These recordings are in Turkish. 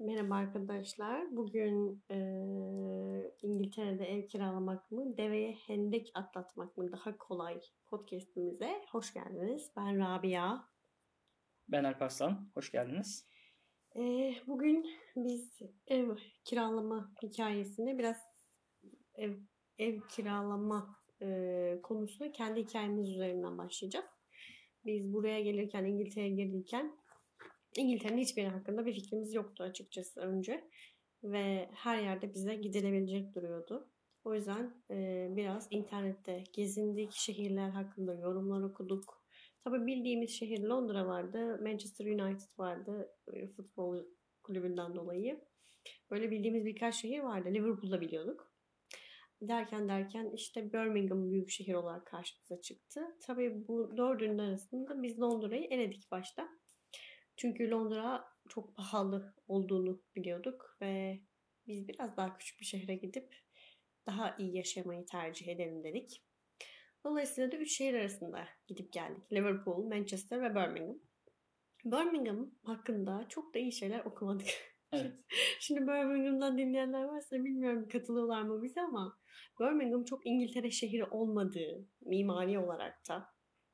Merhaba arkadaşlar. Bugün İngiltere'de ev kiralamak mı, deveye hendek atlatmak mı daha kolay podcast'imize hoş geldiniz. Ben Rabia. Ben Alparslan. Hoş geldiniz. Bugün biz ev kiralama hikayesini biraz ev, ev kiralama konusuna kendi hikayemiz üzerinden başlayacağız. Biz buraya gelirken, İngiltere'ye gelirken İngiltere'nin hiçbir yeri hakkında bir fikrimiz yoktu açıkçası önce. Ve her yerde bize gidilebilecek duruyordu. O yüzden biraz internette gezindik, şehirler hakkında yorumlar okuduk. Tabii bildiğimiz şehir Londra vardı, Manchester United vardı futbol kulübünden dolayı. Böyle bildiğimiz birkaç şehir vardı. Liverpool'da biliyorduk. Derken işte Birmingham büyük şehir olarak karşımıza çıktı. Tabii bu dördünün arasında biz Londra'yı eledik başta. Çünkü Londra çok pahalı olduğunu biliyorduk ve biz biraz daha küçük bir şehre gidip daha iyi yaşamayı tercih edelim dedik. Dolayısıyla da 3 şehir arasında gidip geldik. Liverpool, Manchester ve Birmingham. Birmingham hakkında çok da iyi şeyler okumadık. Evet. Şimdi Birmingham'dan dinleyenler varsa bilmiyorum katılıyorlar mı bize ama Birmingham çok İngiltere şehri olmadığı mimari olarak da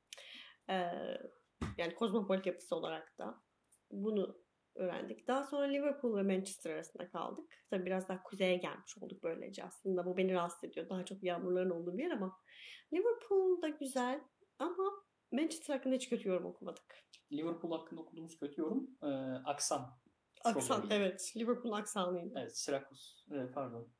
yani kozmopolit yapısı olarak da bunu öğrendik. Daha sonra Liverpool ve Manchester arasında kaldık. Tabii biraz daha kuzeye gelmiş olduk böylece aslında. Bu beni rahatsız ediyor. Daha çok yağmurların olduğu bir yer ama Liverpool da güzel ama Manchester hakkında hiç kötü yorum okumadık. Liverpool hakkında okuduğumuz kötü yorum aksan Aksan, problemiydi. evet. Liverpool aksanıydı. Evet, Syracuse, pardon.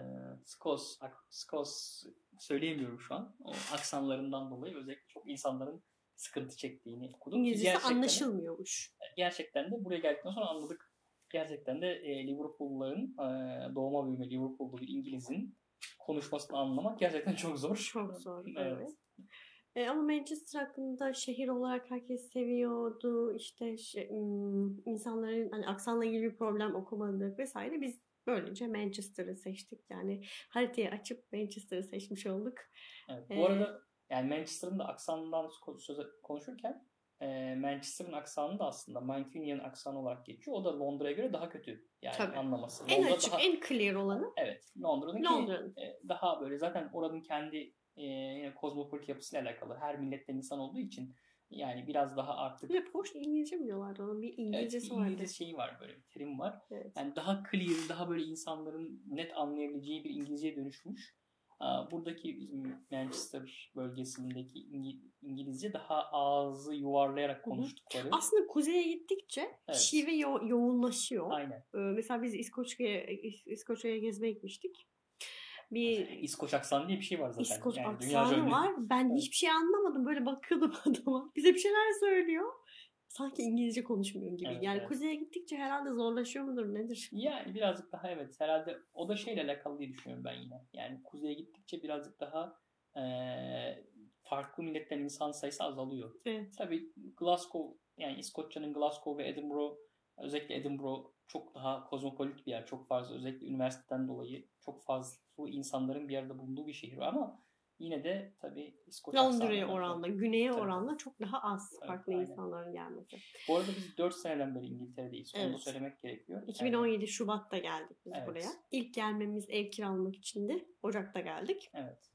Skos söyleyemiyorum şu an. O aksanlarından dolayı özellikle çok insanların sıkıntı çektiğini okuduk ki İngilizcesi anlaşılmıyormuş. gerçekten de buraya geldikten sonra anladık. Gerçekten de Liverpool'ların doğma büyüme Liverpool'lu bir İngiliz'in konuşmasını anlamak gerçekten çok zor. Çok zor, Evet. evet. Ama Manchester hakkında şehir olarak herkes seviyordu. İşte insanların hani aksanla ilgili bir problem okumadık vesaire. Biz böylece Manchester'ı seçtik. Yani haritayı açıp Manchester'ı seçmiş olduk. Evet. Bu arada yani Manchester'ın da aksanından konuşurken Manchester'ın aksanı da aslında Mancunian aksanı olarak geçiyor. O da Londra'ya göre daha kötü yani Tabii. anlaması. En Londra açık, daha en clear olanı evet Londra'nınki Londra'nın. daha böyle zaten oranın kendi yine kozmopolit yapısıyla alakalı. Her milletten insan olduğu için yani biraz daha Bir de artık poş İngilizce mi diyorlardı onun? Bir evet bir İngilizcesi vardı. İngiliz şeyi var böyle bir terim var. Evet. Yani daha clear, daha böyle insanların net anlayabileceği bir İngilizceye dönüşmüş. Buradaki bizim Manchester bölgesindeki İngilizce daha ağzı yuvarlayarak Hı hı. konuştukları. Aslında kuzeye gittikçe Evet. şive yoğunlaşıyor. Aynen. Mesela biz İskoçya'ya gezmeye gitmiştik. Bir İskoç aksanı diye bir şey var zaten. İskoç Yani dünyaca aksanı ünlü. var. Ben Evet. hiçbir şey anlamadım. Böyle bakıyordum adama. Bize bir şeyler söylüyor. Sanki İngilizce konuşmuyor gibi. Evet, Yani evet. kuzeye gittikçe herhalde zorlaşıyor mudur nedir? Yani birazcık daha evet herhalde o da şeyle alakalı diye düşünüyorum ben yine. Yani kuzeye gittikçe birazcık daha farklı milletten insan sayısı azalıyor. Evet. Tabii Glasgow yani İskoçya'nın Glasgow ve Edinburgh özellikle Edinburgh çok daha kozmopolit bir yer. Çok fazla özellikle üniversiteden dolayı çok fazla insanların bir arada bulunduğu bir şehir ama yine de tabii İskoç Londra'ya aksanı var. oranla, güneye Tabii tabii. oranla çok daha az Evet, farklı aynen. insanların gelmesi. Bu arada biz 4 seneden beri İngiltere'deyiz. Onu da Evet. söylemek gerekiyor. 2017 Şubat'ta geldik biz buraya. Evet. İlk gelmemiz ev kiralamak içindi. Ocak'ta geldik. Evet.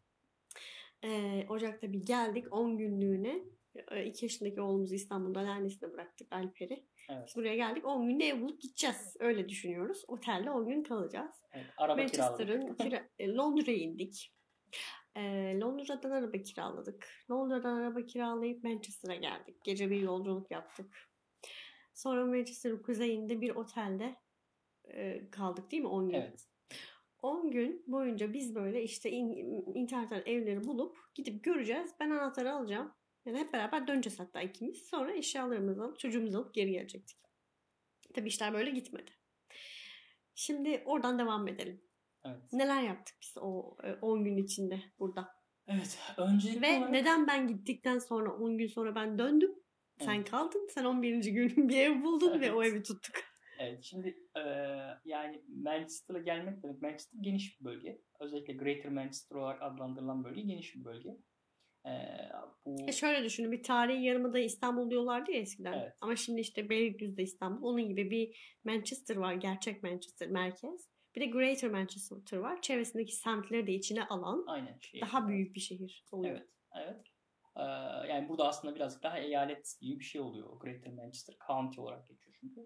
Ocak'ta bir geldik 10 günlüğüne. 2 yaşındaki oğlumuzu İstanbul'dan annesine bıraktık Alper'i. Biz Evet. buraya geldik 10 günde ev bulup gideceğiz. Öyle düşünüyoruz. Otelde 10 gün kalacağız. Evet. Araba kiraladık. Manchester'ın Londra'ya indik. Londra'dan araba kiraladık. Londra'dan araba kiralayıp Manchester'a geldik. Gece bir yolculuk yaptık. Sonra Manchester'ın kuzeyinde bir otelde kaldık değil mi 10 gün? Evet. 10 gün boyunca biz böyle işte internetten evleri bulup gidip göreceğiz. Ben anahtarı alacağım. Yani hep beraber döneceğiz hatta ikimiz. Sonra eşyalarımızı alıp çocuğumuzu alıp geri gelecektik. Tabii işler böyle gitmedi. Şimdi oradan devam edelim. Evet. Neler yaptık biz o 10 gün içinde burada? Evet. Öncelikli Ve olarak neden ben gittikten sonra 10 gün sonra ben döndüm? Sen evet. kaldın. Sen 11. gün bir ev buldun ve o Evet. evi tuttuk. Evet. Şimdi yani Manchester'a gelmek demek. Manchester geniş bir bölge. Özellikle Greater Manchester olarak adlandırılan bölge geniş bir bölge. Bu Şöyle düşünün, bir tarihi yarımada İstanbul diyorlardı ya eskiden. evet. Ama şimdi işte Beylikdüzü'de İstanbul. Onun gibi bir Manchester var. Gerçek Manchester merkez. Bir de Greater Manchester var. Çevresindeki semtleri de içine alan Aynen daha büyük bir şehir oluyor. Evet. Evet. Yani burada aslında birazcık daha eyalet gibi bir şey oluyor. Greater Manchester County olarak geçiyor çünkü.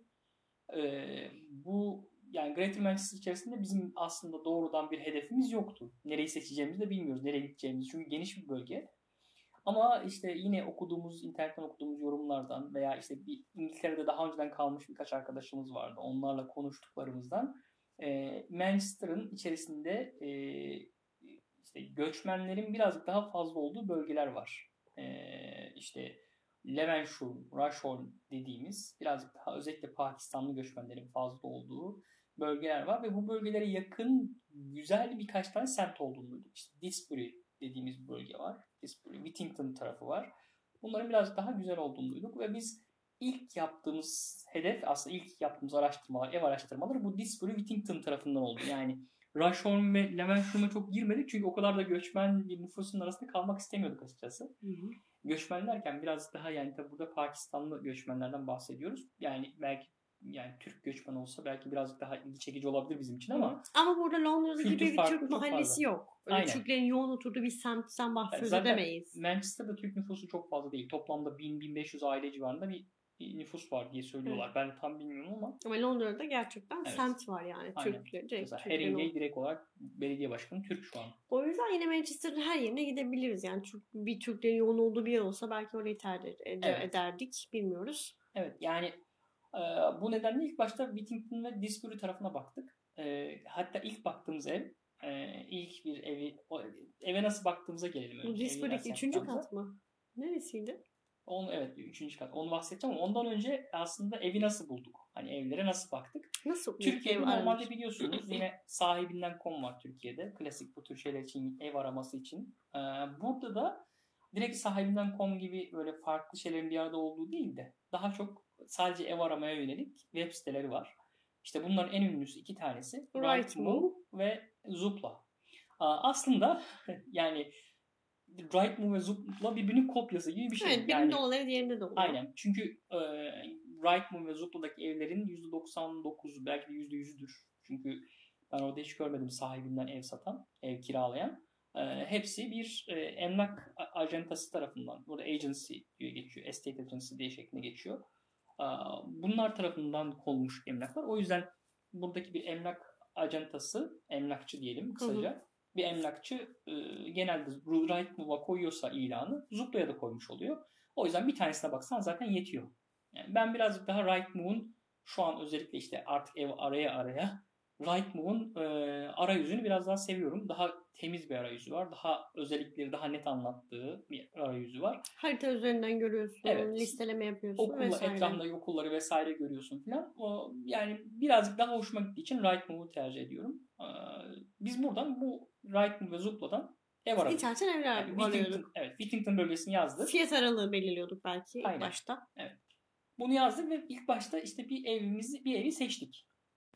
Bu yani Greater Manchester içerisinde bizim aslında doğrudan bir hedefimiz yoktu. Nereyi seçeceğimizi de bilmiyoruz. Nereye gideceğimizi. Çünkü geniş bir bölge. Ama işte yine internetten okuduğumuz yorumlardan veya işte bir İngiltere'de daha önceden kalmış birkaç arkadaşımız vardı. Onlarla konuştuklarımızdan Manchester'ın içerisinde işte göçmenlerin birazcık daha fazla olduğu bölgeler var. İşte Levenshulme, Rusholme dediğimiz birazcık daha özellikle Pakistanlı göçmenlerin fazla olduğu bölgeler var ve bu bölgelere yakın güzel birkaç tane semt olduğunu duyduk. İşte Disbury dediğimiz bir bölge var. Disbury, Whittington tarafı var. Bunların biraz daha güzel olduğunu duyduk ve biz ilk yaptığımız hedef, aslında ilk yaptığımız araştırmalar, ev araştırmaları bu Disbury, Whittington tarafından oldu. Yani Rusholme ve Levenshulme'a çok girmedik çünkü o kadar da göçmen bir nüfusun arasında kalmak istemiyorduk açıkçası. Hı hı. Göçmen derken biraz daha yani tabi burada Pakistanlı göçmenlerden bahsediyoruz. Yani belki Türk göçmen olsa belki birazcık daha ilgi çekici olabilir bizim için ama ama burada Londra'da gibi bir farkı Türk çok mahallesi fazla. yok. Öyle Aynen. Türklerin yoğun oturduğu bir semtten bahsediyoruz Zaten edemeyiz. Manchester'da Türk nüfusu çok fazla değil. Toplamda 1000-1500 aile civarında bir nüfus var diye söylüyorlar. Evet. Ben de tam bilmiyorum ama. Ama Londra'da gerçekten Evet. semt var yani. Aynen. Mesela Haringey direkt olarak belediye başkanı Türk şu an. O yüzden yine Manchester'ın her yerine gidebiliriz. Yani bir Türklerin yoğun olduğu bir yer olsa belki orayı tercih ederdik. Bilmiyoruz. Evet yani bu nedenle ilk başta Whittington ve Disbury tarafına baktık. Hatta ilk baktığımız ev ilk bir eve nasıl baktığımıza gelelim önce. Bu Disbury'deki 3. kat mı? Neresiydi? Evet 3. kat. Onu bahsedeceğim ama ondan önce aslında evi nasıl bulduk? Hani evlere nasıl baktık? Nasıl Türkiye'de normalde biliyorsunuz yine sahibinden.com var Türkiye'de. Klasik bu tür şeyler için ev araması için. Burada da direkt sahibinden.com gibi böyle farklı şeylerin bir arada olduğu değil de daha çok sadece ev aramaya yönelik web siteleri var. İşte bunların en ünlüsü 2 tanesi Rightmove ve Zoopla. Aslında yani Rightmove ve Zoopla birbirinin kopyası gibi bir şey. Evet, birinde olan diğerinde de oluyor. Aynen. Çünkü Rightmove ve Zoopla'daki evlerin %99'u belki de %100'üdür. Çünkü ben orada hiç görmedim sahibinden ev satan, ev kiralayan. Hepsi bir emlak ajantası tarafından, burada agency diye geçiyor, estate agency diye şeklinde geçiyor. Bunlar tarafından konmuş emlaklar. O yüzden buradaki bir emlak ajantası, emlakçı diyelim kısaca. Hı hı. Bir emlakçı genelde Rightmove'a koyuyorsa ilanı Zoopla'ya da koymuş oluyor. O yüzden bir tanesine baksan zaten yetiyor. Yani ben birazcık daha Rightmove'un şu an özellikle işte artık ev araya Rightmove'un arayüzünü biraz daha seviyorum. Daha temiz bir arayüzü var. Daha özellikleri daha net anlattığı bir arayüzü var. Harita üzerinden görüyorsun, evet. Listeleme yapıyorsun vesaire. Etrafındaki okulları vesaire görüyorsun falan. Yani birazcık daha hoşuma gittiği için Rightmove'u tercih ediyorum. Biz buradan bu Rightmove ve Zoopla'dan ev aradık. İnternetten evler arıyorduk. Evet, Whittington bölgesini yazdık. Fiyat aralığı belirliyorduk belki ilk başta. Evet. Bunu yazdık ve ilk başta işte bir evi seçtik.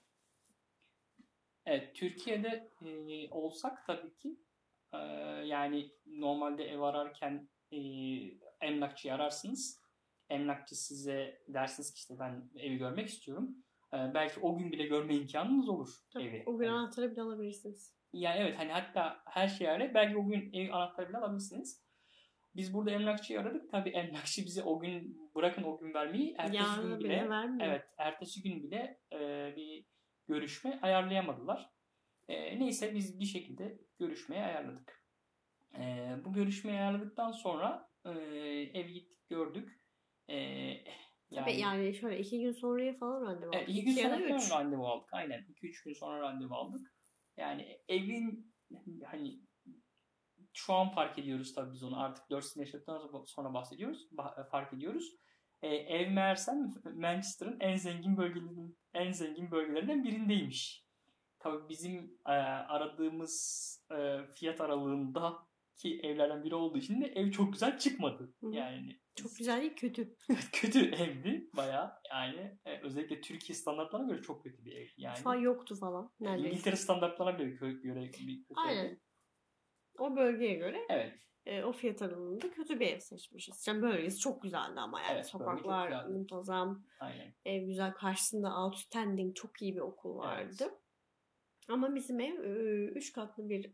Evet, Türkiye'de olsak tabii ki yani normalde ev ararken emlakçıyı ararsınız. Emlakçı size dersiniz ki işte ben evi görmek istiyorum. Belki o gün bile görme imkanınız olur evi. O gün anahtarı bile alabilirsiniz. Yani evet hani hatta her şey öyle. Belki o gün ev anahtarı bile alabilirsiniz. Biz burada emlakçıyı aradık. Tabii emlakçı bize o gün bırakın o gün vermeyi ertesi gün bile ertesi gün bile bir görüşme ayarlayamadılar. Neyse biz bir şekilde görüşmeyi ayarladık. Bu görüşmeyi ayarladıktan sonra evi gittik gördük. Tabii yani şöyle 2 gün sonraya falan randevu aldık. 2 gün sonra randevu aldık. Aynen 2-3 gün sonra randevu aldık. Yani evin hani şu an fark ediyoruz tabii biz onu artık 4 sene yaşadıktan sonra fark ediyoruz. Ev meğersem Manchester'ın en zengin bölgelerinden birindeymiş. Tabii bizim aradığımız fiyat aralığındaki evlerden biri olduğu için de ev çok güzel çıkmadı. Hı-hı. Yani çok güzel değil, kötü. Kötü evdi bayağı. Yani özellikle Türkiye standartlarına göre çok kötü bir ev. Yani mutfağı yoktu falan. İngiltere standartlarına göre bir kötü. Aynen. Evdi. O bölgeye göre Evet. o fiyat aralığında kötü bir ev seçmişiz. Yani bölgesi çok güzeldi ama yani Evet, bölge çok sokaklar güzeldi. muntazam, Aynen. ev güzel, karşısında outstanding çok iyi bir okul vardı. Evet. Ama bizim ev 3 katlı bir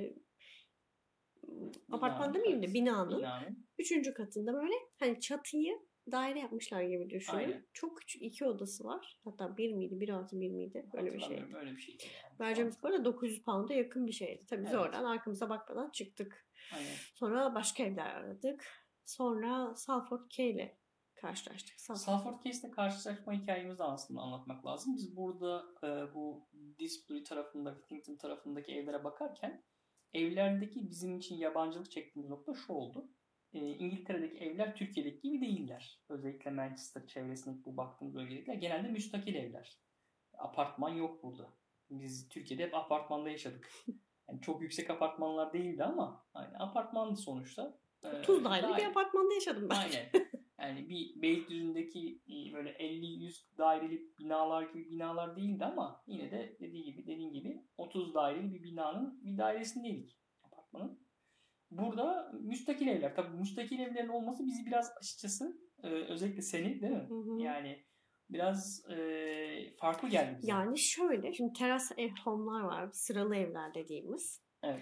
apartman Binanın, demeyeyim de binanın binanın. 3. katında böyle hani çatıyı daire yapmışlar gibi düşünün. Aynen. Çok küçük 2 odası var. Hatta 1 miydi? 1+1 miydi? Böyle bir şeydi. Hatırlamıyorum, öyle bir şeydi yani. Vereceğimiz para 900 pound'a yakın bir şeydi. Tabii biz Evet. oradan arkamıza bakmadan çıktık. Aynen. Sonra başka evler aradık. Sonra Salford K ile karşılaştık. Salford Case'le karşılaşma hikayemizi aslında anlatmak lazım. Biz burada bu Didsbury tarafında, Whittington tarafındaki evlere bakarken evlerdeki bizim için yabancılık çektiğimiz nokta şu oldu. İngiltere'deki evler Türkiye'deki gibi değiller. Özellikle Manchester çevresindeki bu baktığımız bölgedekiler genelde müstakil evler. Apartman yok burada. Biz Türkiye'de hep apartmanda yaşadık. Yani çok yüksek apartmanlar değildi ama hani apartmandı sonuçta. 30 daireli bir apartmanda yaşadım ben. Aynen. Yani bir Beylikdüzü'ndeki böyle 50-100 daireli binalar gibi binalar değildi ama yine de dediğin gibi 30 daireli bir binanın bir dairesindeydik apartmanın. Burada müstakil evler. Tabii müstakil evlerin olması bizi biraz açıkçası özellikle seni değil mi? Hı hı. Yani biraz farklı geldi bize. Yani şöyle, şimdi teras ev home'lar var, sıralı evler dediğimiz. Evet.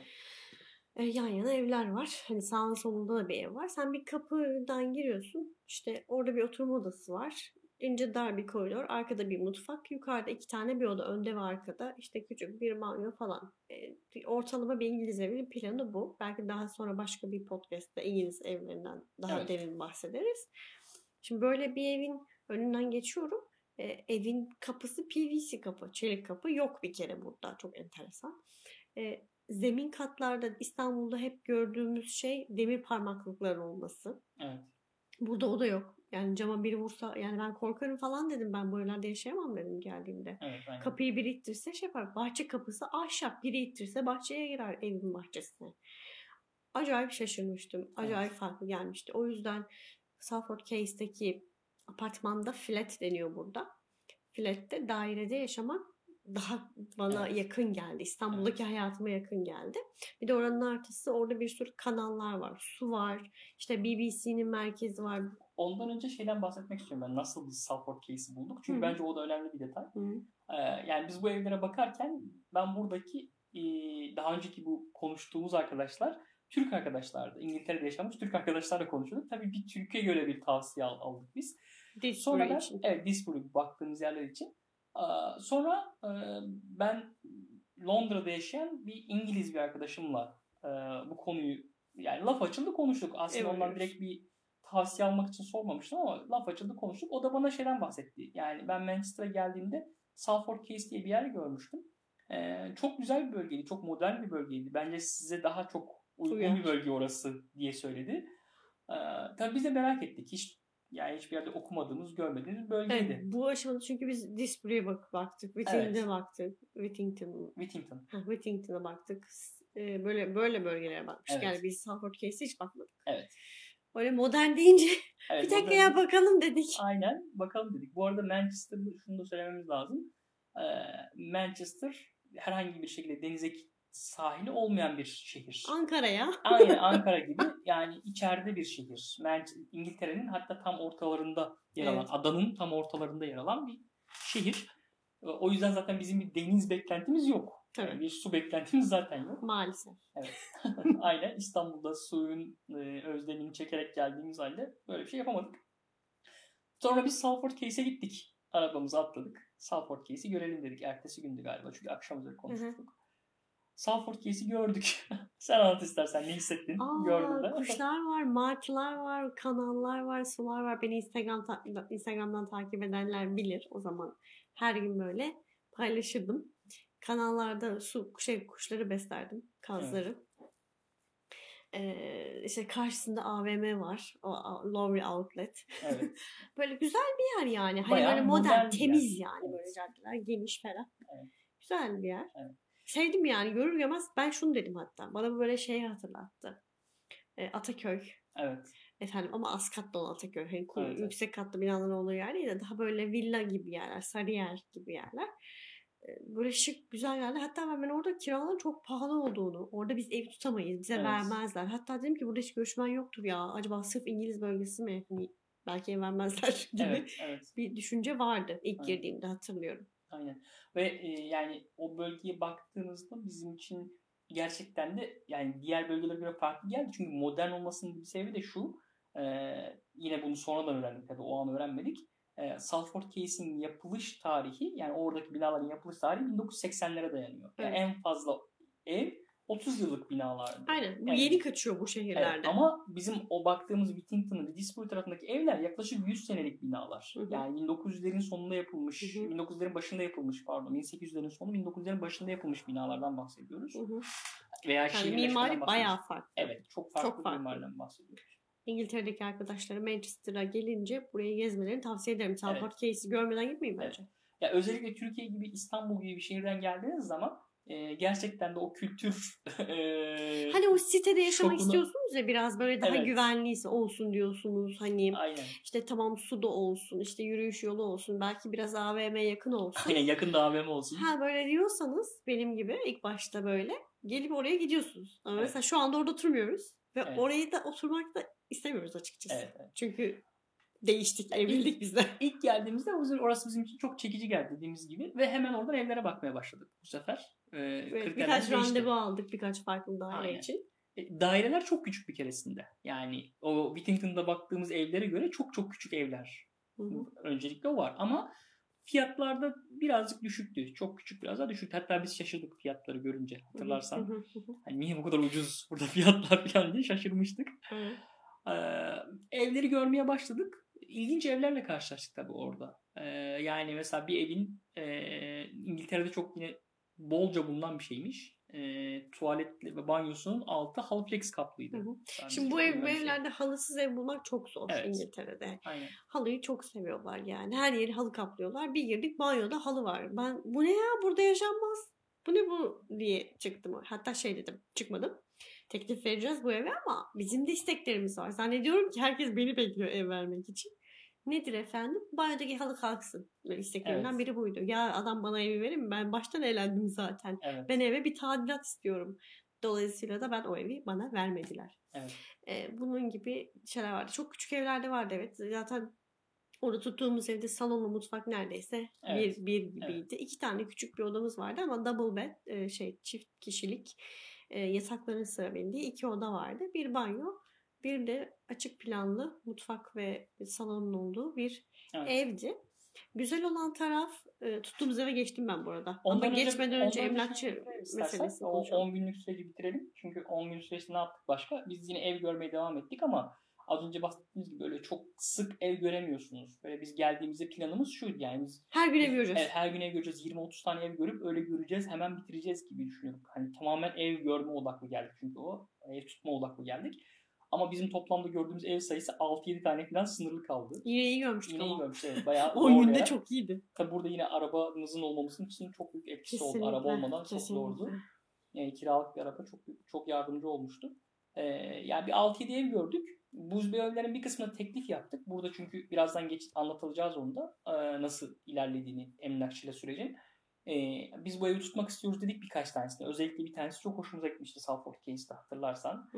Yan yana evler var. Hani sağında solunda da bir ev var. Sen bir kapıdan giriyorsun. İşte orada bir oturma odası var. İnce dar bir koridor. Arkada bir mutfak. Yukarıda 2 tane bir oda. Önde ve arkada. İşte küçük bir banyo falan. Ortalama bir İngiliz evinin planı bu. Belki daha sonra başka bir podcast'ta İngiliz evlerinden daha derin bahsederiz. Şimdi böyle bir evin önünden geçiyorum. Evin kapısı PVC kapı. Çelik kapı yok bir kere burada. Çok enteresan. Zemin katlarda İstanbul'da hep gördüğümüz şey demir parmaklıkların olması. Evet. Burada o da yok. Yani cama biri vursa yani ben korkarım falan dedim. Ben bu evlerde yaşayamam dedim geldiğimde. Evet, aynen. Kapıyı biri ittirse şey yapar. Bahçe kapısı ahşap. Biri ittirse bahçeye girer evin bahçesine. Acayip şaşırmıştım. Acayip farklı gelmişti. O yüzden Salford Case'deki apartmanda flat deniyor burada. Flat'te dairede yaşamak daha bana yakın geldi. İstanbul'daki hayatıma yakın geldi. Bir de oranın artısı orada bir sürü kanallar var. Su var. İşte BBC'nin merkezi var. Ondan önce şeyden bahsetmek istiyorum ben. Nasıl biz Salford Case'i bulduk? Çünkü bence o da önemli bir detay. Yani biz bu evlere bakarken ben buradaki daha önceki bu konuştuğumuz arkadaşlar Türk arkadaşlardı. İngiltere'de yaşamış Türk arkadaşlarla konuşuyorduk. Tabii bir Türkiye göre bir tavsiye aldık biz. Sonra ben için. Evet, Didsbury baktığımız yerler için. Sonra ben Londra'da yaşayan bir İngiliz bir arkadaşımla bu konuyu yani laf açıldı konuştuk. Aslında ondan direkt bir tavsiye almak için sormamıştım ama laf açıldı konuştuk. O da bana şeyden bahsetti. Yani ben Manchester'a geldiğimde Salford Case diye bir yer görmüştüm. Çok güzel bir bölgeydi. Çok modern bir bölgeydi. Bence size daha çok uygun bir bölge orası diye söyledi. Tabii biz de merak ettik. Hiçbir yerde okumadığımız, görmediğimiz bir bölgeydi. Evet, bu aşamada çünkü biz Didsbury'e baktık. Whittington'a baktık. Whittington'a baktık. Böyle bölgelere bakmıştık. Yani biz Salford Case'e hiç bakmadık. Evet. Böyle modern deyince bir tekrar bakalım dedik. Aynen bakalım dedik. Bu arada Manchester'da şunu da söylememiz lazım. Manchester herhangi bir şekilde denize sahili olmayan bir şehir. Ankara'ya. Aynen Ankara gibi yani içeride bir şehir. İngiltere'nin hatta tam ortalarında yer alan, adanın tam ortalarında yer alan bir şehir. O yüzden zaten bizim bir deniz beklentimiz yok. Yani bir su beklentimiz zaten yok. Maalesef. Evet. Aynen İstanbul'da suyun özlemini çekerek geldiğimiz halde böyle bir şey yapamadık. Sonra biz Salford Case'e gittik. Arabamızı atladık. Salford Case'i görelim dedik. Ertesi gündü galiba çünkü akşam üzeri konuştuk. Salford Case'i gördük. Sen anlat istersen ne hissettin gördüğünde. Kuşlar var, martılar var, kanallar var, sular var. Beni Instagram'dan takip edenler bilir. O zaman her gün böyle paylaşırdım. Kanallarda kuşları beslerdim. Kazları. İşte karşısında AVM var. O Lowry Outlet. Evet. Böyle güzel bir yer yani. Bayağı hani böyle modern, temiz yer. yani. Böyle caddeler geniş, ferah. Evet. Güzel bir yer. Evet. Sevdim yani. Görür görmez ben şunu dedim hatta. Bana böyle şeyi hatırlattı. Ataköy. Evet. Efendim ama az katlı olan Ataköy. Hani yüksek katlı binaların olduğu yer değil de daha böyle villa gibi yerler. Sarıyer gibi yerler. Böyle şık, güzel yerler. Hatta ben orada kiraların çok pahalı olduğunu, orada biz ev tutamayız, bize Evet. vermezler. Hatta dedim ki burada hiç göçmen yoktur ya. Acaba sırf İngiliz bölgesi mi? Hani belki ev vermezler gibi Evet. bir düşünce vardı ilk Aynen. girdiğimde, hatırlıyorum. Aynen. Ve yani o bölgeye baktığımızda bizim için gerçekten de yani diğer bölgelere göre farklı geldi. Çünkü modern olmasının bir sebebi de şu. Yine bunu sonradan öğrendik tabii, o an öğrenmedik. Salford Case'in yapılış tarihi, yani oradaki binaların yapılış tarihi 1980'lere dayanıyor. Yani Evet. en fazla ev 30 yıllık binalardı. Aynen. Bu Yani yeni kaçıyor bu evet, şehirlerde. ama bizim o baktığımız Whittington'ın ve Disbury tarafındaki evler yaklaşık 100 senelik binalar. Hı hı. Yani 1900'lerin sonunda yapılmış, Hı hı. 1900'lerin başında yapılmış pardon, 1800'lerin sonu 1900'lerin başında yapılmış binalardan bahsediyoruz. Hı hı. Veya Yani şehirleşmeden mimari bayağı bahsediyoruz. farklı. Evet, çok farklı Çok bir farklı. mimariden bahsediyoruz. İngiltere'deki arkadaşlara Manchester'a gelince burayı gezmelerini tavsiye ederim. Salford Case'i görmeden gitmeyin bence. Evet. Ya özellikle Türkiye gibi, İstanbul gibi bir şehirden geldiğiniz zaman gerçekten de o kültür Hani o sitede yaşamak şokunu... istiyorsunuz ya, biraz böyle daha Evet. güvenliyse olsun diyorsunuz. Hani Aynen. işte tamam, su da olsun, işte yürüyüş yolu olsun, belki biraz AVM yakın olsun. Aynen, yakında AVM olsun. Ha, böyle diyorsanız benim gibi ilk başta böyle gelip oraya gidiyorsunuz. Ama mesela şu anda orada oturmuyoruz ve orayı da oturmak da istemiyoruz açıkçası. Evet. Çünkü değiştik, evrildik biz de. İlk geldiğimizde orası bizim için çok çekici geldi, dediğimiz gibi. Ve hemen oradan evlere bakmaya başladık bu sefer. Evet, birkaç randevu aldık birkaç farklı daire için. Daireler çok küçük bir keresinde. Yani o Whittington'da baktığımız evlere göre çok çok küçük evler. Hı-hı. Öncelikle o var. Ama fiyatlarda birazcık düşüktü. Çok küçük, biraz daha düşüktü. Hatta biz şaşırdık fiyatları görünce. Hatırlarsan. Hani niye bu kadar ucuz burada fiyatlar falan diye şaşırmıştık. Evleri görmeye başladık. İlginç evlerle karşılaştık tabii orada. Yani mesela bir evin İngiltere'de çok yine bolca bulunan bir şeymiş. Tuvalet ve banyosunun altı halıflex kaplıydı. Şimdi bu evlerde halısız ev bulmak çok zor İngiltere'de. Aynen. Halıyı çok seviyorlar yani. Her yeri halı kaplıyorlar. Bir girdik, banyoda halı var. Ben bu ne ya, burada yaşanmaz. Bu ne bu diye çıktım. Hatta dedim, çıkmadım. Teklif vereceğiz bu eve ama bizim de isteklerimiz var. Zannediyorum ki herkes beni bekliyor ev vermek için. Nedir efendim? Banyodaki halı kalksın. İsteklerimden biri buydu. Ya adam bana evi verir mi? Ben baştan eğlendim zaten. Ben eve bir tadilat istiyorum. Dolayısıyla da ben o evi bana vermediler. Bunun gibi şeyler vardı. Çok küçük evlerde vardı, evet. Zaten orada tuttuğumuz evde salonla mutfak neredeyse bir gibiydi. 2 tane küçük bir odamız vardı ama double bed, çift kişilik, yatakların sığabildiği 2 oda vardı. Bir banyo, bir de açık planlı mutfak ve salonun olduğu bir evdi. Güzel olan taraf, tuttuğumuz eve geçtim ben bu arada. Ama geçmeden önce emlakçı meselesini konuşalım. 10 günlük süreci bitirelim. Çünkü 10 gün süreçte ne yaptık başka? Biz yine ev görmeye devam ettik ama az önce bahsettiğimiz gibi öyle çok sık ev göremiyorsunuz. Böyle biz geldiğimizde planımız şuydu yani. Biz her gün ev göreceğiz. Evet, her gün ev göreceğiz. 20-30 tane ev görüp öyle göreceğiz. Hemen bitireceğiz gibi düşünüyorduk. Hani tamamen ev görme odaklı geldik çünkü o. Ev tutma odaklı geldik. Ama bizim toplamda gördüğümüz ev sayısı 6-7 tane falan sınırlı kaldı. Yine iyi görmüştük yine ama. iyi görmüştük, evet. Bayağı 10 günde çok iyiydi. Tabi burada yine arabamızın olmamızın için çok büyük etkisi oldu. Araba olmadan çok zordu. Yani kiralık bir araba çok yardımcı olmuştu. Yani bir 6-7 ev gördük. Bu evlerin bir kısmına teklif yaptık. Burada çünkü birazdan anlatılacağız onu da. Nasıl ilerlediğini emlakçıyla sürecin. Biz bu evi tutmak istiyoruz dedik birkaç tanesine. Özellikle bir tanesi çok hoşumuza gitmişti, Salford Case'de, hatırlarsan.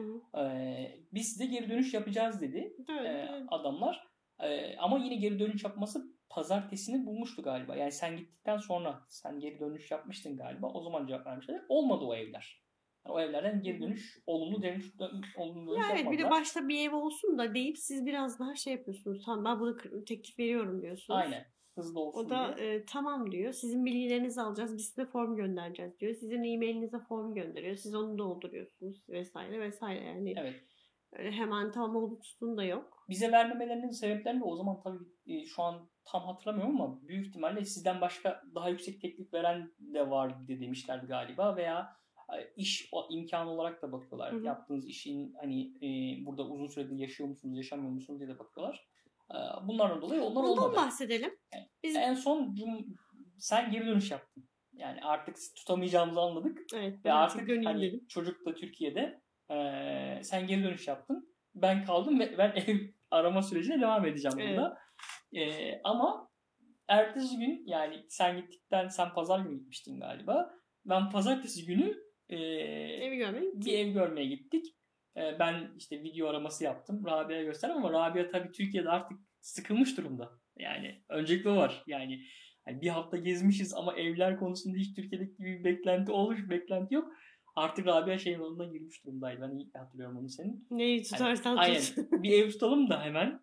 Biz size geri dönüş yapacağız dedi adamlar. Ama yine geri dönüş yapması pazartesini bulmuştu galiba. Yani sen gittikten sonra sen geri dönüş yapmıştın galiba. O zaman cevap vermişler. Olmadı o evler. Yani o evlerden geri dönüş, olumlu dönüş yapmadılar. Evet, bir de başta bir ev olsun da deyip siz biraz daha yapıyorsunuz. Tamam, ben bunu teklif veriyorum diyorsunuz. Aynen. Hızlı olsun o da tamam diyor. Sizin bilgilerinizi alacağız. Biz size form göndereceğiz diyor. Sizin e-mailinize form gönderiyor. Siz onu dolduruyorsunuz vesaire vesaire. Yani öyle hemen tamam oldu tutun da yok. Bize vermemelerinin sebeplerini de o zaman tabii şu an tam hatırlamıyorum ama büyük ihtimalle sizden başka daha yüksek teklif veren de var demişlerdi galiba, veya iş imkanı olarak da bakıyorlar. Hı-hı. Yaptığınız işin hani burada uzun süredir yaşıyor musunuz, yaşamıyor musunuz diye de bakıyorlar. Bunlardan dolayı onlar olmadı. Ondan bahsedelim. Yani en son sen geri dönüş yaptın. Yani artık tutamayacağımızı anladık. Evet, ve artık hani çocuk da Türkiye'de, sen geri dönüş yaptın. Ben kaldım ve ben ev arama sürecine devam edeceğim burada. Ama ertesi gün yani sen pazar günü gitmiştin galiba. Ben pazartesi günü bir ev görmeye gittik. Ben işte video araması yaptım. Rabia'ya gösterdim ama Rabia tabii Türkiye'de artık sıkılmış durumda. Yani öncelikle o var. Yani bir hafta gezmişiz ama evler konusunda hiç Türkiye'deki gibi bir beklenti olmuş, beklenti yok. Artık Rabia şeyin yoluna girmiş durumdaydı. Ben iyi hatırlıyorum onu senin. Neyi tutarsan tut. Aynen. Bir ev tutalım da hemen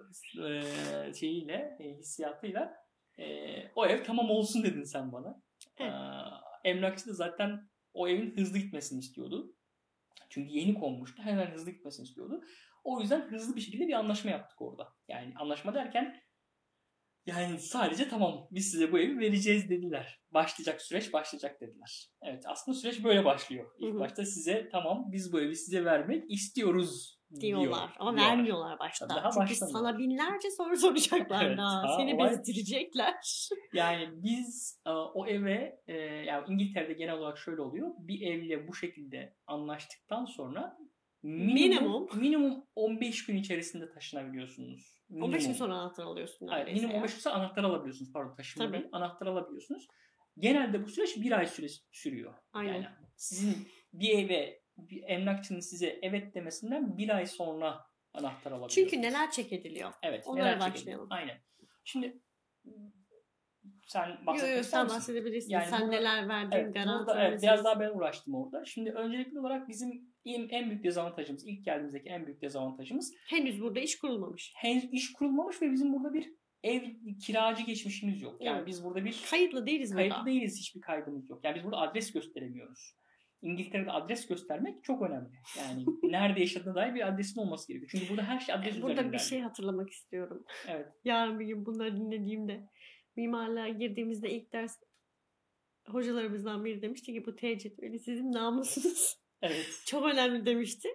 hissiyatıyla o ev tamam olsun dedin sen bana. Evet. Emlakçı da zaten o evin hızlı gitmesini istiyordu. Çünkü yeni konmuştu. Hemen hızlı gitmesini istiyordu. O yüzden hızlı bir şekilde bir anlaşma yaptık orada. Yani anlaşma derken yani sadece tamam biz size bu evi vereceğiz dediler. Süreç başlayacak dediler. Evet aslında süreç böyle başlıyor. İlk başta size tamam biz bu evi size vermek istiyoruz diyorlar. Ama diyorlar. vermiyorlar başta. Daha çünkü sana binlerce soru soracaklar evet, daha. Seni bezdirecekler. Yani biz o eve yani İngiltere'de genel olarak şöyle oluyor. Bir evle bu şekilde anlaştıktan sonra minimum 15 gün içerisinde taşınabiliyorsunuz. 15 gün sonra anahtar alıyorsun. Hayır, minimum 15 gün sonra anahtar alabiliyorsunuz. Pardon taşınma değil. Anahtar alabiliyorsunuz. Genelde bu süreç bir ay sürüyor. Aynen. Yani sizin bir emlakçının size evet demesinden bir ay sonra anahtar alabiliyorsunuz. Çünkü neler check ediliyor. Evet. Onlara başlayalım. Aynen. Şimdi sen sen bahsedebilirsin. Yani sen burada, neler verdiğin garanti. biraz daha ben uğraştım orada. Şimdi öncelikli olarak bizim en büyük dezavantajımız, ilk geldiğimizdeki en büyük dezavantajımız. Henüz burada iş kurulmamış. Henüz iş kurulmamış ve bizim burada bir ev kiracı geçmişimiz yok. Yani biz burada kayıtlı değiliz burada. Kayıtlı değiliz, hiçbir kaydımız yok. Yani biz burada adres gösteremiyoruz. İngiltere'de adres göstermek çok önemli. Yani nerede yaşadığına dair bir adresin olması gerekiyor. Çünkü burada her şey adres üzerinden. Burada bir şey hatırlamak istiyorum. Evet. Yarın bir gün bunları dinlediğimde mimarlığa girdiğimizde ilk ders hocalarımızdan biri demişti ki bu T cetveli sizin namusunuz. Evet. Çok önemli demişti.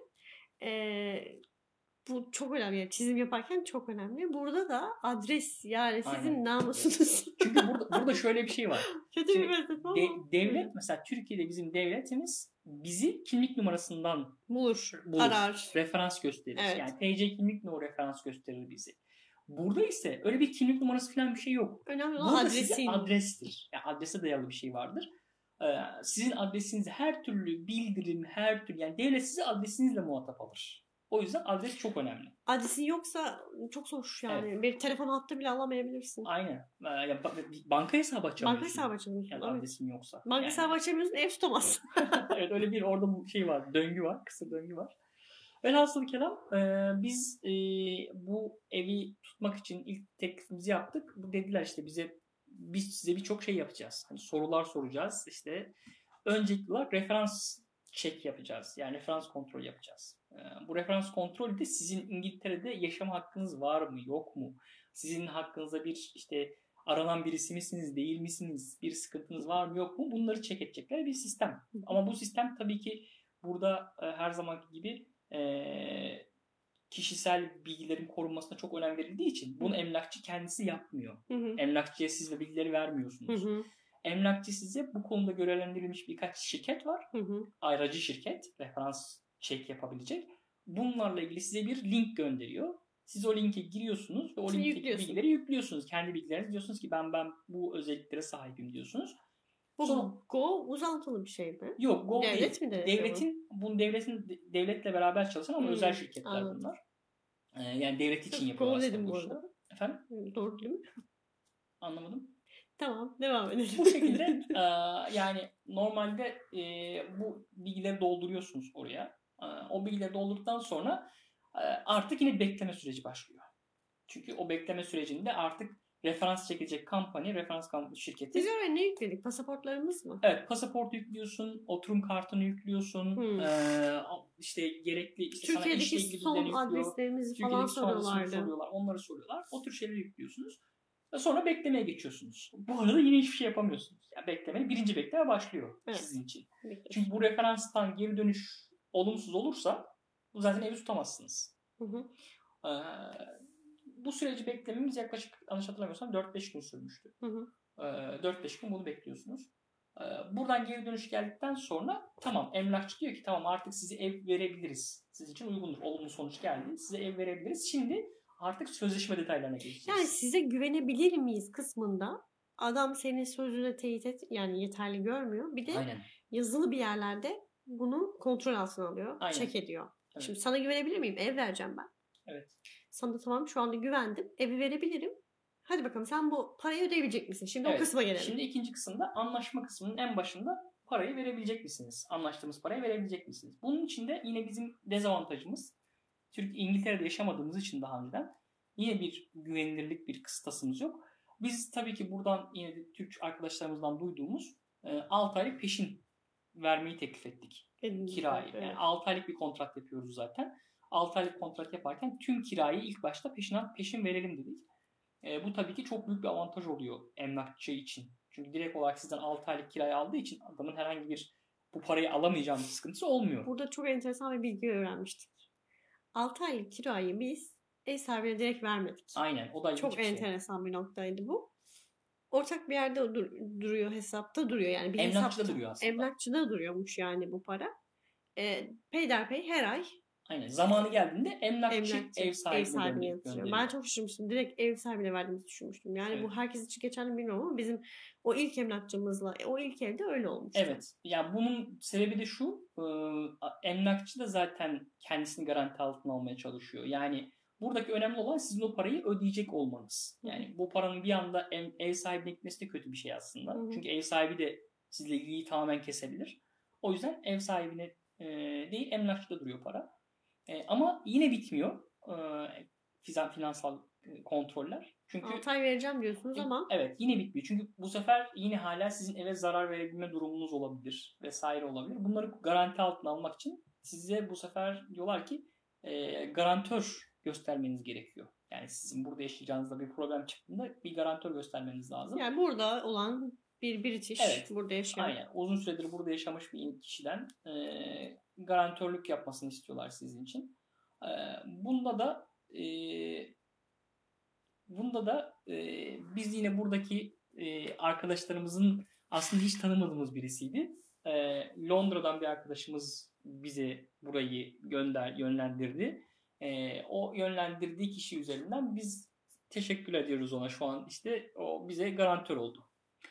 Bu çok önemli. Yani çizim yaparken çok önemli. Burada da adres yani sizin namusunuz. Çünkü burada şöyle bir şey var. Kötü bir meslek ama. Devlet mesela Türkiye'de bizim devletimiz bizi kimlik numarasından bulur. Arar. Referans gösterir. Evet. Yani TC kimlik numara referans gösterir bizi. Burada ise öyle bir kimlik numarası falan bir şey yok. Önemli olan adresin. Adrestir. Yani adrese dayalı bir şey vardır. Sizin adresiniz her türlü bildirim, yani devlet sizi adresinizle muhatap alır. O yüzden adres çok önemli. Adresin yoksa çok zor yani. Evet. Bir telefon hattı bile alamayabilirsin. Aynen. Yani banka hesabı açamıyorsun. Banka hesabı açamıyorsun. Yani adresin yoksa. Banka hesabı açamıyorsun, ev tutamazsın. Evet öyle bir orada şey var. Döngü var. Kısa döngü var. Velhasıl kelam biz bu evi tutmak için ilk teklifimizi yaptık. Bu dediler işte biz size birçok şey yapacağız. Hani sorular soracağız. İşte öncelikli olarak referans check yapacağız. Yani referans kontrol yapacağız. Bu referans kontrolü de sizin İngiltere'de yaşama hakkınız var mı yok mu? Sizin hakkınızda bir işte aranan birisi misiniz değil misiniz? Bir sıkıntınız var mı yok mu? Bunları check edecekler bir sistem. Ama bu sistem tabii ki burada her zamanki gibi kişisel bilgilerin korunmasına çok önem verildiği için bunu emlakçı kendisi yapmıyor. Emlakçıya siz de bilgileri vermiyorsunuz. Emlakçı size bu konuda görevlendirilmiş birkaç şirket var. Ayrıcı şirket. Referans check yapabilecek. Bunlarla ilgili size bir link gönderiyor. Siz o linke giriyorsunuz ve o linkteki bilgileri yüklüyorsunuz. Kendi bilgilerinizi diyorsunuz ki ben bu özelliklere sahibim diyorsunuz. Go uzantılı bir şey mi? Yok Go devlet değil. Devletle beraber çalışan ama özel şirketler bunlar. Yani devlet için yapıyorlar. Go dedim bu arada. Efendim? Doğru değil mi? Anlamadım. Tamam devam edelim. Bu şekilde yani normalde bu bilgileri dolduruyorsunuz oraya. O bilgileri doldurduktan sonra artık yine bekleme süreci başlıyor. Çünkü o bekleme sürecinde artık referans çekecek referans şirketi. Biz oraya ne yükledik? Pasaportlarımız mı? Evet, pasaport yüklüyorsun, oturum kartını yüklüyorsun, işte gerekli Türkiye'deki sana işle son adreslerimizi falan soruyorlardı. Onları soruyorlar. O tür şeyleri yüklüyorsunuz. Ve sonra beklemeye geçiyorsunuz. Bu arada yine hiçbir şey yapamıyorsunuz. Yani birinci bekleme başlıyor sizin için. Çünkü bu referanstan geri dönüş olumsuz olursa zaten evi tutamazsınız. Bu süreci beklememiz yaklaşık yanlış hatırlamıyorsam 4-5 gün sürmüştü. 4-5 gün bunu bekliyorsunuz. Buradan geri dönüş geldikten sonra tamam emlakçı diyor ki tamam artık size ev verebiliriz. Sizin için uygundur. Olumlu sonuç geldi. Size ev verebiliriz. Şimdi Artık sözleşme detaylarına geçeceğiz. Yani size güvenebilir miyiz kısmında adam senin sözüne teyit et yani yeterli görmüyor. Bir de Aynen. yazılı bir yerlerde bunu kontrol altına alıyor. Aynen. Check ediyor. Evet. Şimdi sana güvenebilir miyim? Ev vereceğim ben. Evet. Sana tamam şu anda güvendim. Evi verebilirim. Hadi bakalım sen bu parayı ödeyebilecek misin? Şimdi o kısma gelelim. Şimdi ikinci kısımda anlaşma kısmının en başında parayı verebilecek misiniz? Anlaştığımız parayı verebilecek misiniz? Bunun için de yine bizim dezavantajımız İngiltere'de yaşamadığımız için daha önceden yine bir güvenilirlik bir kıstasımız yok. Biz tabii ki buradan yine de Türk arkadaşlarımızdan duyduğumuz 6 aylık peşin vermeyi teklif ettik. Kirayı. Evet. Yani 6 aylık bir kontrat yapıyoruz zaten. 6 aylık kontrat yaparken tüm kirayı ilk başta peşin verelim dedik. Bu tabii ki çok büyük bir avantaj oluyor emlakçı için. Çünkü direkt olarak sizden 6 aylık kirayı aldığı için adamın herhangi bir bu parayı alamayacağım bir sıkıntısı olmuyor. Burada çok enteresan bir bilgi öğrenmiştik. 6 aylık kirayı biz ev sahibine direkt vermedik. Aynen. O da çok enteresan bir noktaydı bu. Ortak bir yerde duruyor, hesapta duruyor. Yani bir emlakçıda duruyor aslında. Emlakçıda duruyormuş yani bu para. Peyderpey her ay aynen. Zamanı geldiğinde emlakçı ev sahibine yatırıyor. Ben çok şaşırmıştım. Direkt ev sahibine verdiğimizi düşünmüştüm. Yani bu herkes için geçerli mi bilmiyorum ama bizim o ilk emlakçımızla o ilk evde öyle olmuştu. Evet. Yani bunun sebebi de şu. Emlakçı da zaten kendisini garanti altına almaya çalışıyor. Yani buradaki önemli olan sizin o parayı ödeyecek olmanız. Yani bu paranın bir anda ev sahibine gitmesi de kötü bir şey aslında. Hı-hı. Çünkü ev sahibi de sizle ilgiyi tamamen kesebilir. O yüzden ev sahibine değil emlakçıda duruyor para. Ama yine bitmiyor finansal kontroller. Çünkü 6 ay vereceğim diyorsunuz ama. Evet, yine bitmiyor. Çünkü bu sefer yine hala sizin eve zarar verebilme durumunuz olabilir vesaire olabilir. Bunları garanti altına almak için size bu sefer diyorlar ki garantör göstermeniz gerekiyor. Yani sizin burada yaşayacağınızda bir problem çıktığında bir garantör göstermeniz lazım. Yani burada olan bir British, burada yaşayan. Aynen. Uzun süredir burada yaşamış bir kişiden garantörlük yapmasını istiyorlar sizin için. Bunda da biz yine buradaki arkadaşlarımızın aslında hiç tanımadığımız birisiydi. Londra'dan bir arkadaşımız bize burayı yönlendirdi. O yönlendirdiği kişi üzerinden biz teşekkür ediyoruz ona şu an işte o bize garantör oldu.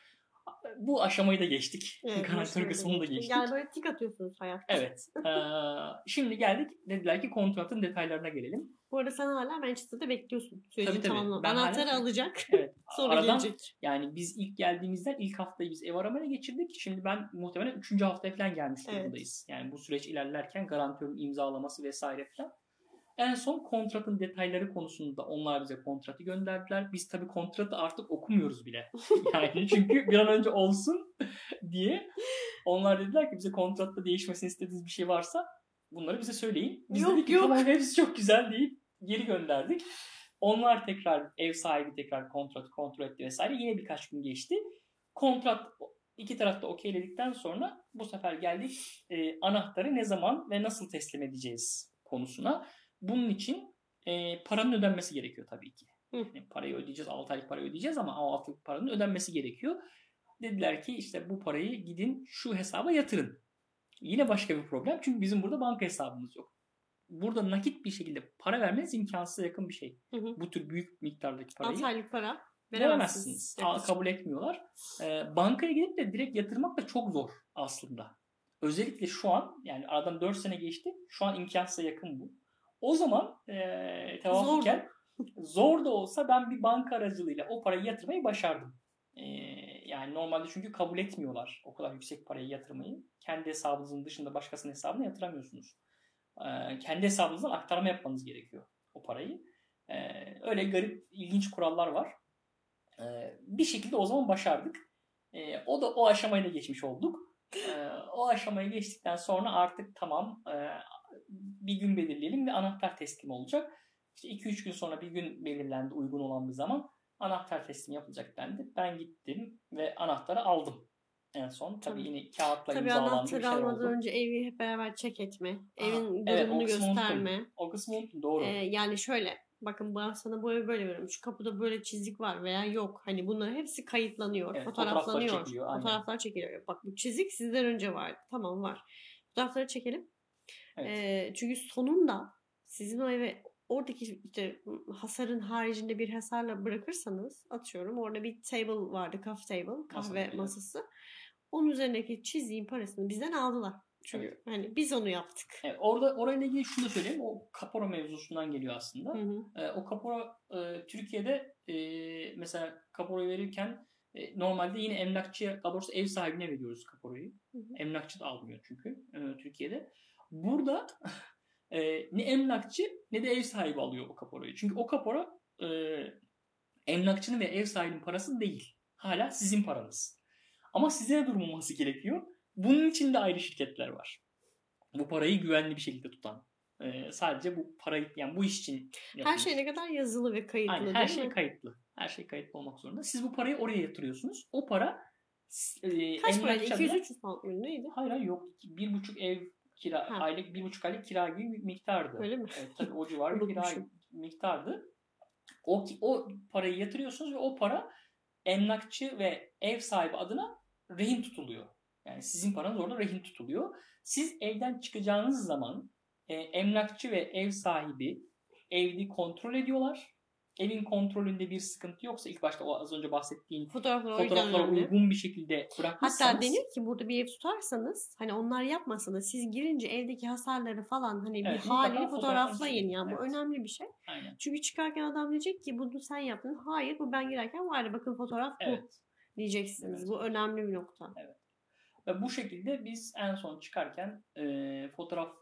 Bu aşamayı da geçtik. Evet, garantör kısmını da geçtik. Yani böyle tik atıyorsunuz hayatta. Evet. Şimdi geldik. Dediler ki kontratın detaylarına gelelim. Bu arada sen hala Manchester'da bekliyorsun. Süreci tabii. Anahtarı alacak. Evet. Sonra gelecek. Yani biz ilk geldiğimizden ilk haftayı biz ev aramaya geçirdik. Şimdi ben muhtemelen 3. haftaya falan gelmiş durumdayız. Yani bu süreç ilerlerken garantörün imzalaması vesaire falan. En son kontratın detayları konusunda onlar bize kontratı gönderdiler. Biz tabii kontratı artık okumuyoruz bile. Yani çünkü bir an önce olsun diye. Onlar dediler ki bize kontratta değişmesini istediğiniz bir şey varsa bunları bize söyleyin. Biz dedik ki tamam hepsi çok güzel deyip geri gönderdik. Onlar tekrar ev sahibi tekrar kontratı kontrol etti vesaire. Yine birkaç gün geçti. Kontrat iki tarafta okeyledikten sonra bu sefer geldik anahtarı ne zaman ve nasıl teslim edeceğiz konusuna. Bunun için paranın ödenmesi gerekiyor tabii ki. Yani parayı ödeyeceğiz. 6 aylık parayı ödeyeceğiz ama 6 aylık paranın ödenmesi gerekiyor. Dediler ki işte bu parayı gidin şu hesaba yatırın. Yine başka bir problem. Çünkü bizim burada banka hesabımız yok. Burada nakit bir şekilde para vermeniz imkansıza yakın bir şey. Bu tür büyük miktardaki parayı 6 aylık para veremezsiniz. Kabul etmiyorlar. Bankaya gidip de direkt yatırmak da çok zor aslında. Özellikle şu an yani aradan 4 sene geçti. Şu an imkansıza yakın bu. O zaman tevafuken zor da olsa ben bir banka aracılığıyla o parayı yatırmayı başardım. Yani normalde çünkü kabul etmiyorlar o kadar yüksek parayı yatırmayı. Kendi hesabınızın dışında başkasının hesabına yatıramıyorsunuz. Kendi hesabınızdan aktarma yapmanız gerekiyor o parayı. Öyle garip, ilginç kurallar var. Bir şekilde o zaman başardık. O aşamayı da geçmiş olduk. O aşamayı geçtikten sonra artık tamam bir gün belirleyelim ve anahtar teslim olacak. İşte 2-3 gün sonra bir gün belirlendi uygun olan bir zaman. Anahtar teslimi yapılacak dendi. Ben gittim ve anahtarı aldım. En son tabii yine kağıtla imzalandı bir şey oldu. Tabii anahtarı almadan önce evi hep beraber check etme. Evin durumunu gösterme. O kısmı unuttum. Doğru. Yani şöyle bakın ben sana bu evi böyle veriyorum. Şu kapıda böyle çizik var veya yok. Hani bunların hepsi kayıtlanıyor. Evet, fotoğraflanıyor. Fotoğraflar çekiliyor. Bak bu çizik sizden önce vardı. Tamam var. Fotoğrafları çekelim. Evet. Çünkü sonunda sizin o eve oradaki işte hasarın haricinde bir hasarla bırakırsanız, atıyorum orada bir table vardı, coffee table, kahve masası. Onun üzerindeki çiziğin parasını bizden aldılar. Çünkü hani biz onu yaptık. Orayla ilgili şunu da söyleyeyim. O kapora mevzusundan geliyor aslında. O kapora Türkiye'de mesela kaporayı verirken normalde yine emlakçıya, daha doğrusu ev sahibine veriyoruz kaporayı. Emlakçı da almıyor çünkü Türkiye'de. Burada ne emlakçı ne de ev sahibi alıyor o kaporayı. Çünkü o kapora emlakçının ve ev sahibinin parası değil. Hala sizin paranız. Ama size durmaması gerekiyor. Bunun için de ayrı şirketler var. Bu parayı güvenli bir şekilde tutan. Sadece bu parayı, yani bu iş için yapılmış. Her şey ne kadar yazılı ve kayıtlı. Aynen, her şey kayıtlı. Her şey kayıtlı olmak zorunda. Siz bu parayı oraya yatırıyorsunuz. O para kaç paraydı? 200-300 pound muydu? Neydi? Hayır yok. 1,5 ev kira, aylık 1,5 aylık kira gibi bir miktardı. Öyle mi? Evet, tabii o civar bir kira miktardı. O parayı yatırıyorsunuz ve o para emlakçı ve ev sahibi adına rehin tutuluyor. Yani sizin paranız orada rehin tutuluyor. Siz evden çıkacağınız zaman emlakçı ve ev sahibi evi kontrol ediyorlar. Evin kontrolünde bir sıkıntı yoksa, ilk başta o az önce bahsettiğin fotoğraflara uygun bir şekilde bırakmışsanız. Hatta deniyor ki burada bir ev tutarsanız, hani onlar yapmasa da siz girince evdeki hasarları falan hani bir halini fotoğraflayın. Yani bu önemli bir şey. Aynen. Çünkü çıkarken adam diyecek ki bunu sen yaptın. Hayır, bu ben girerken vardı, bakın fotoğraf bu diyeceksiniz. Evet. Bu önemli bir nokta. Evet. Ve bu şekilde biz en son çıkarken fotoğraf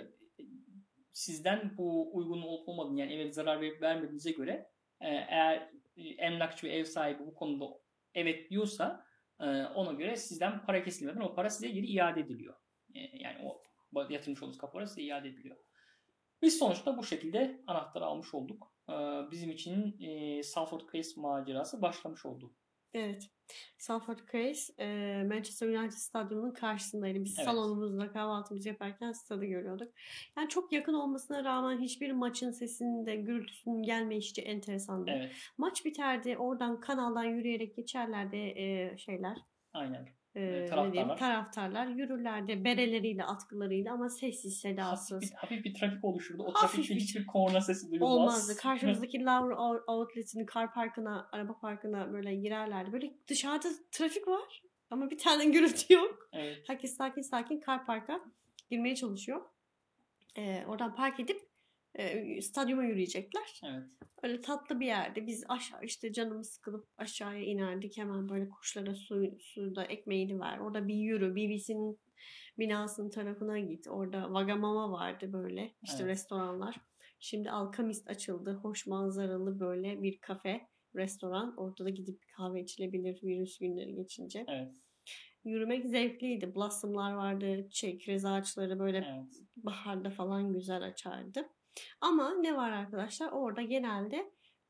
sizden bu uygun olup olmadığını, yani eve zarar verip vermediğinize göre eğer emlakçı ve ev sahibi bu konuda evet diyorsa ona göre sizden para kesilmeden o para size geri iade ediliyor. Yani o yatırmış olduğunuz kapora size iade ediliyor. Biz sonuçta bu şekilde anahtarı almış olduk. Bizim için Salford Crest macerası başlamış oldu. Evet. Salford Crest Manchester United Stadyumu'nun karşısındaydı. Biz salonumuzda kahvaltımızı yaparken stadı görüyorduk. Yani çok yakın olmasına rağmen hiçbir maçın sesinin de gürültüsünün gelmeyişi enteresandı. Evet. Maç biterdi. Oradan kanaldan yürüyerek geçerlerdi şeyler. Aynen. Taraftarlar yürürlerdi bereleriyle, atkılarıyla ama sessiz, sedasız. Hafif bir trafik oluşurdu. O trafikte hiçbir korna sesi duyulmaz. Olmazdı. Karşımızdaki Louvre Outlet'in kar parkına, araba parkına böyle girerlerdi. Böyle dışarıda trafik var ama bir tane gürültü yok. Evet. Herkes sakin kar parka girmeye çalışıyor. Oradan park edip stadyuma yürüyecekler. Evet. Öyle tatlı bir yerde. Biz aşağı işte canımız sıkılıp aşağıya inerdik. Hemen böyle kuşlara suda ekmeğini ver. Orada bir yürü. BBC'nin binasının tarafına git. Orada Wagamama vardı böyle. İşte restoranlar. Şimdi Alchemist açıldı. Hoş manzaralı böyle bir kafe, restoran. Orada da gidip kahve içilebilir virüs günleri geçince. Evet. Yürümek zevkliydi. Blossomlar vardı. Kiraz ağaçları böyle baharda falan güzel açardı. Ama ne var arkadaşlar? Orada genelde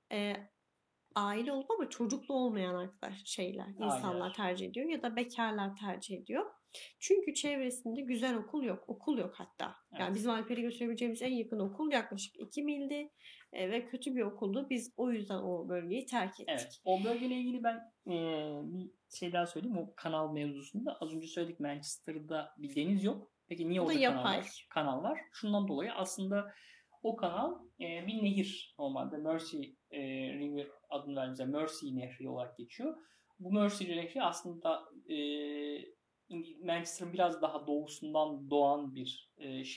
aile olup ama çocuklu olmayan insanlar tercih ediyor ya da bekarlar tercih ediyor. Çünkü çevresinde güzel okul yok. Okul yok hatta. Evet. Yani bizim Alper'i götürebileceğimiz en yakın okul yaklaşık 2 mildi ve kötü bir okuldu. Biz o yüzden o bölgeyi terk ettik. Evet. O bölgeyle ilgili ben bir şey daha söyleyeyim. O kanal mevzusunda az önce söyledik, Manchester'da bir deniz yok. Peki niye orada kanal var? Şundan dolayı aslında o kanal bir nehir normalde. Mersey River adını verdiğimizde Mersey Nehri olarak geçiyor. Bu Mersey Nehri aslında Manchester'ın biraz daha doğusundan doğan bir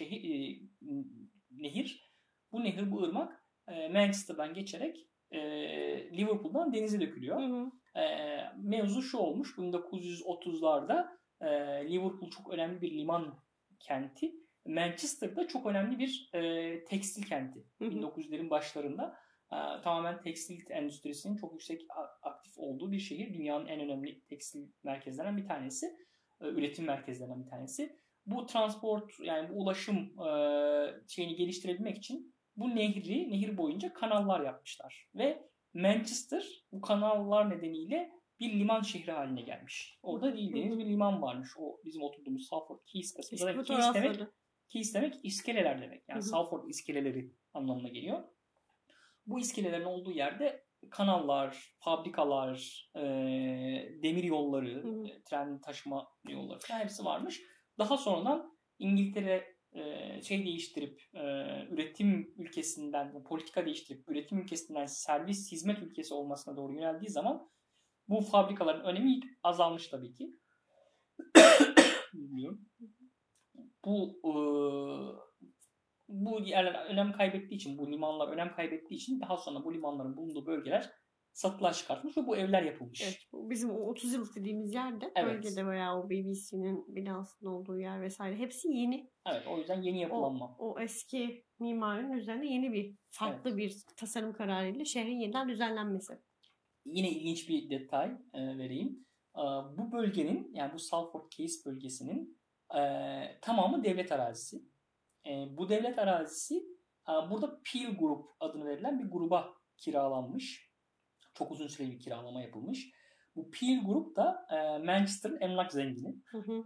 nehir. Bu nehir, bu ırmak Manchester'dan geçerek Liverpool'dan denize dökülüyor. Hı. Mevzu şu olmuş. 1930'larda Liverpool çok önemli bir liman kenti. Manchester'da çok önemli bir tekstil kenti. 1900'lerin başlarında tamamen tekstil endüstrisinin çok yüksek aktif olduğu bir şehir. Dünyanın en önemli tekstil merkezlerinden bir tanesi. Üretim merkezlerinden bir tanesi. Bu transport, yani bu ulaşım şeyini geliştirebilmek için bu nehir boyunca kanallar yapmışlar. Ve Manchester bu kanallar nedeniyle bir liman şehri haline gelmiş. Orada bildiğiniz bir liman varmış. O bizim oturduğumuz Salford Quays kısmı. Quays demek iskeleler demek. Yani Salford iskeleleri anlamına geliyor. Bu iskelelerin olduğu yerde kanallar, fabrikalar, demir yolları, tren taşıma yolları falan hepsi varmış. Daha sonradan İngiltere şey değiştirip üretim ülkesinden politika değiştirip üretim ülkesinden servis hizmet ülkesi olmasına doğru yöneldiği zaman bu fabrikaların önemi azalmış tabii ki. Bilmiyorum. Bu yerler önem kaybettiği için, bu limanlar önem kaybettiği için daha sonra bu limanların bulunduğu bölgeler satılığa çıkartılmış ve bu evler yapılmış. Evet, bu bizim o 30 yıllık dediğimiz yerde, Evet. bölgede veya o BBC'nin binasının olduğu yer vesaire hepsi yeni. Evet, o yüzden yeni yapılanma. O eski mimarinin üzerine yeni bir farklı bir tasarım kararıyla şehrin yeniden düzenlenmesi. Yine ilginç bir detay vereyim. Bu bölgenin, yani bu Salford Case bölgesinin tamamı devlet arazisi. Bu devlet arazisi burada Peel Group adını verilen bir gruba kiralanmış. Çok uzun süreli bir kiralama yapılmış. Bu Peel Group da Manchester'ın emlak zengini.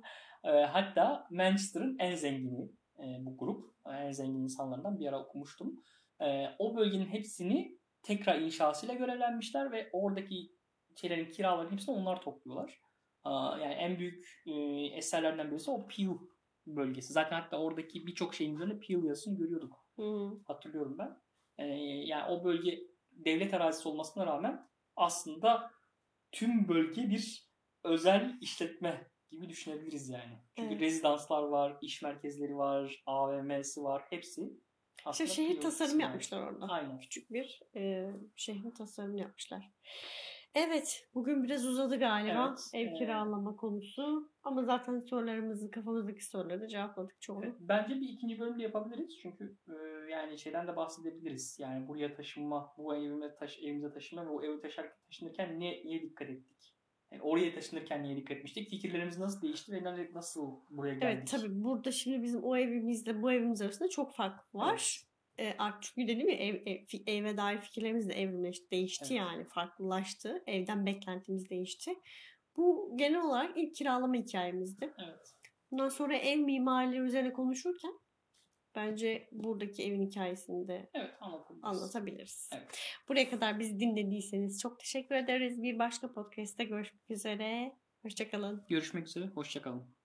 Hatta Manchester'ın en zengini bu grup. En zengin insanlardan bir ara okumuştum. O bölgenin hepsini tekrar inşasıyla görevlenmişler ve oradaki şeylerin kiralarının hepsini onlar topluyorlar. Yani en büyük eserlerden birisi o Peel bölgesi. Zaten hatta oradaki birçok şeyin üzerinde Peel yazısını görüyorduk. Hatırlıyorum ben. Yani o bölge devlet arazisi olmasına rağmen aslında tüm bölge bir özel işletme gibi düşünebiliriz yani. Çünkü rezidanslar var, iş merkezleri var, AVM'si var. Hepsi aslında şehir tasarımı yapmışlar orada. Aynen. Küçük bir şehrin tasarımını yapmışlar. Evet, bugün biraz uzadı galiba ev kiralama konusu. Ama zaten sorularımızı, kafamızdaki soruları cevapladık çoğunu. Evet, bence bir ikinci bölüm de yapabiliriz. Çünkü yani şeyden de bahsedebiliriz. Yani buraya taşınma, bu evimize taşınma ve o evi taşınırken neye dikkat ettik? Yani oraya taşınırken neye dikkat etmiştik? Fikirlerimiz nasıl değişti ve nasıl buraya geldik? Evet, tabii burada şimdi bizim o evimizle bu evimiz arasında çok fark var. Evet. Artık çünkü dedim ya eve dair fikirlerimiz de evrimleşti, değişti yani farklılaştı. Evden beklentimiz değişti. Bu genel olarak ilk kiralama hikayemizdi. Evet. Bundan sonra ev mimarileri üzerine konuşurken bence buradaki evin hikayesini de anlatabiliriz. Evet. Buraya kadar bizi dinlediyseniz çok teşekkür ederiz. Bir başka podcast'te görüşmek üzere. Hoşçakalın. Görüşmek üzere. Hoşçakalın.